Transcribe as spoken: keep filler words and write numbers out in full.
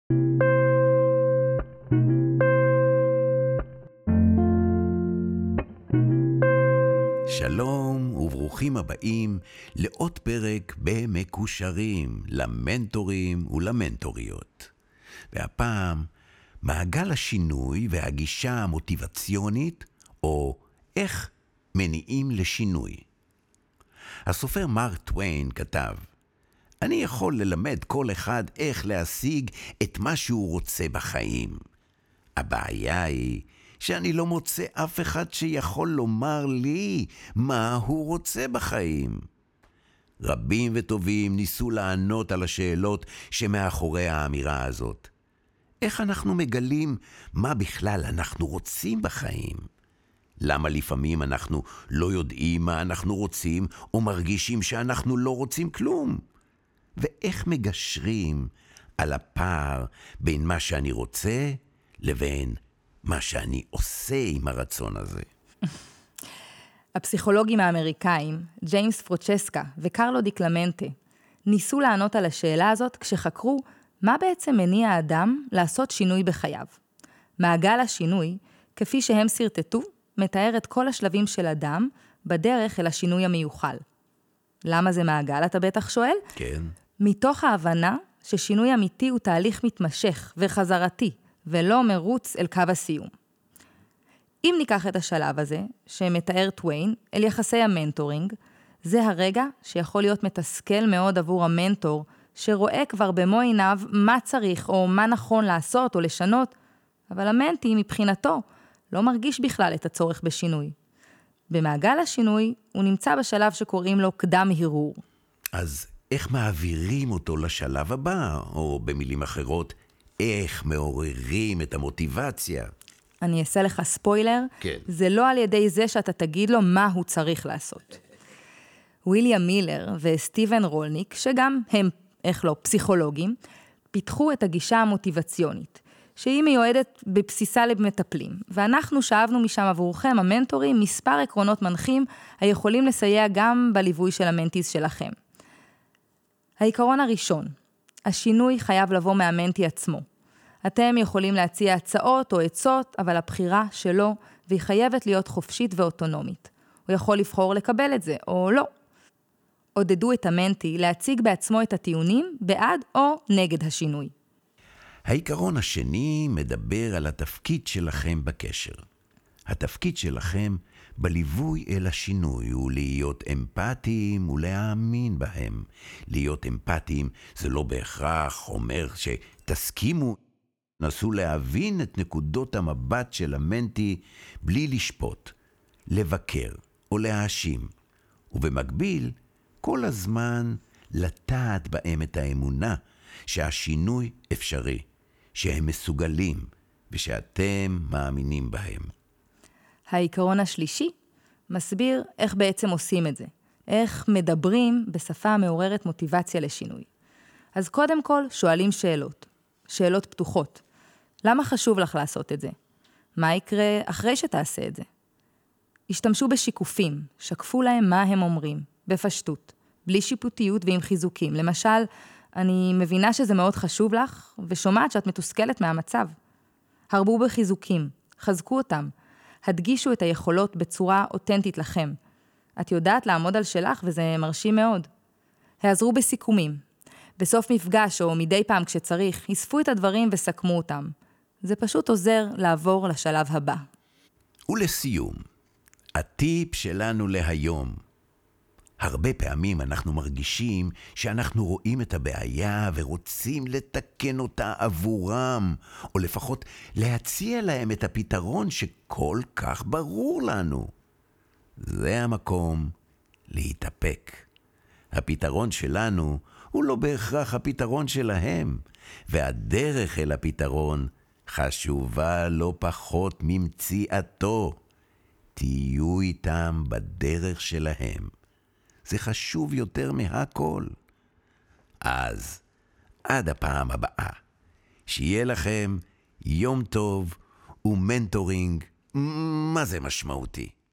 שלום וברוכים הבאים לעוד פרק במקושרים למנטורים ולמנטוריות. והפעם מעגל השינוי והגישה המוטיבציונית, או איך מניעים לשינוי. הסופר מארק טוויין כתב, אני יכול ללמד כל אחד איך להשיג את מה שהוא רוצה בחיים. הבעיה היא שאני לא מוצא אף אחד שיכול לומר לי מה הוא רוצה בחיים. רבים וטובים ניסו לענות על השאלות שמאחורי האמירה הזאת. איך אנחנו מגלים מה בכלל אנחנו רוצים בחיים? למה לפעמים אנחנו לא יודעים מה אנחנו רוצים או מרגישים שאנחנו לא רוצים כלום? ואיך מגשרים על הפער בין מה שאני רוצה לבין מה שאני עושה עם הרצון הזה? הפסיכולוגים האמריקאים, ג'יימס פרוצ'סקה וקרלו די קלמנטה, ניסו לענות על השאלה הזאת כשחקרו מה בעצם מניע האדם לעשות שינוי בחייו. מעגל השינוי, כפי שהם סרטטו, מתאר את כל השלבים של אדם בדרך אל השינוי המיוחל. למה זה מעגל, אתה בטח שואל? כן. מתוך ההבנה ששינוי אמיתי הוא תהליך מתמשך וחזרתי, ולא מרוץ אל קו הסיום. אם ניקח את השלב הזה, שמתאר טוויין, אל יחסי המנטורינג, זה הרגע שיכול להיות מתסכל מאוד עבור המנטור, שרואה כבר במו עיניו מה צריך או מה נכון לעשות או לשנות, אבל המנטי מבחינתו לא מרגיש בכלל את הצורך בשינוי. במעגל השינוי הוא נמצא בשלב שקוראים לו קדם הרהור. אז איך מעבירים אותו לשלב הבא, או במילים אחרות, איך מעוררים את המוטיבציה? אני אעשה לך ספוילר, כן. זה לא על ידי זה שאתה תגיד לו מה הוא צריך לעשות. וויליאם מילר וסטיבן רולניק, שגם הם, איך לא, פסיכולוגים, פיתחו את הגישה המוטיבציונית, שהיא מיועדת בבסיסה למטפלים, ואנחנו שאבנו משם עבורכם, המנטורים, מספר עקרונות מנחים, היכולים לסייע גם בליווי של המנטיז שלכם. העיקרון הראשון, השינוי חייב לבוא מהמנטי עצמו. אתם יכולים להציע הצעות או עצות, אבל הבחירה שלו, והיא חייבת להיות חופשית ואוטונומית. הוא יכול לבחור לקבל את זה, או לא. עודדו את המנטי להציג בעצמו את הטיעונים בעד או נגד השינוי. העיקרון השני מדבר על התפקיד שלכם בקשר. התפקיד שלכם בליווי אל השינוי הוא להיות אמפתיים ולהאמין בהם. להיות אמפתיים זה לא בהכרח אומר שתסכימו, נסו להבין את נקודות המבט של המנטי בלי לשפוט, לבקר או להאשים, ובמקביל כל הזמן לטעת בהם את האמונה שהשינוי אפשרי, שהם מסוגלים ושאתם מאמינים בהם. העיקרון השלישי מסביר איך בעצם עושים את זה, איך מדברים בשפה מעוררת מוטיבציה לשינוי. אז קודם כל שואלים שאלות, שאלות פתוחות. למה חשוב לך לעשות את זה? מה יקרה אחרי שתעשה את זה? השתמשו בשיקופים, שקפו להם מה הם אומרים, בפשטות, בלי שיפוטיות ועם חיזוקים. למשל, אני מבינה שזה מאוד חשוב לך, ושומעת שאת מתוסכלת מהמצב. הרבו בחיזוקים, חזקו אותם, הדגישו את היכולות בצורה אותנטית לכם. את יודעת לעמוד על שלך וזה מרשים מאוד. העזרו בסיכומים. בסוף מפגש או מדי פעם כשצריך, הספו את הדברים וסכמו אותם. זה פשוט עוזר לעבור לשלב הבא. ולסיום, הטיפ שלנו להיום. הרבה פעמים אנחנו מרגישים שאנחנו רואים את הבעיה ורוצים לתקן אותה עבורם, או לפחות להציע להם את הפתרון שכל כך ברור לנו. זה המקום להתאפק. הפתרון שלנו הוא לא בהכרח הפתרון שלהם, והדרך אל הפתרון חשובה לא פחות ממציאתו. תהיו איתם בדרך שלהם. זה חשוב יותר מהכל. אז עד הפעם הבאה, שיהיה לכם יום טוב ומנטורינג, מה זה משמעותי?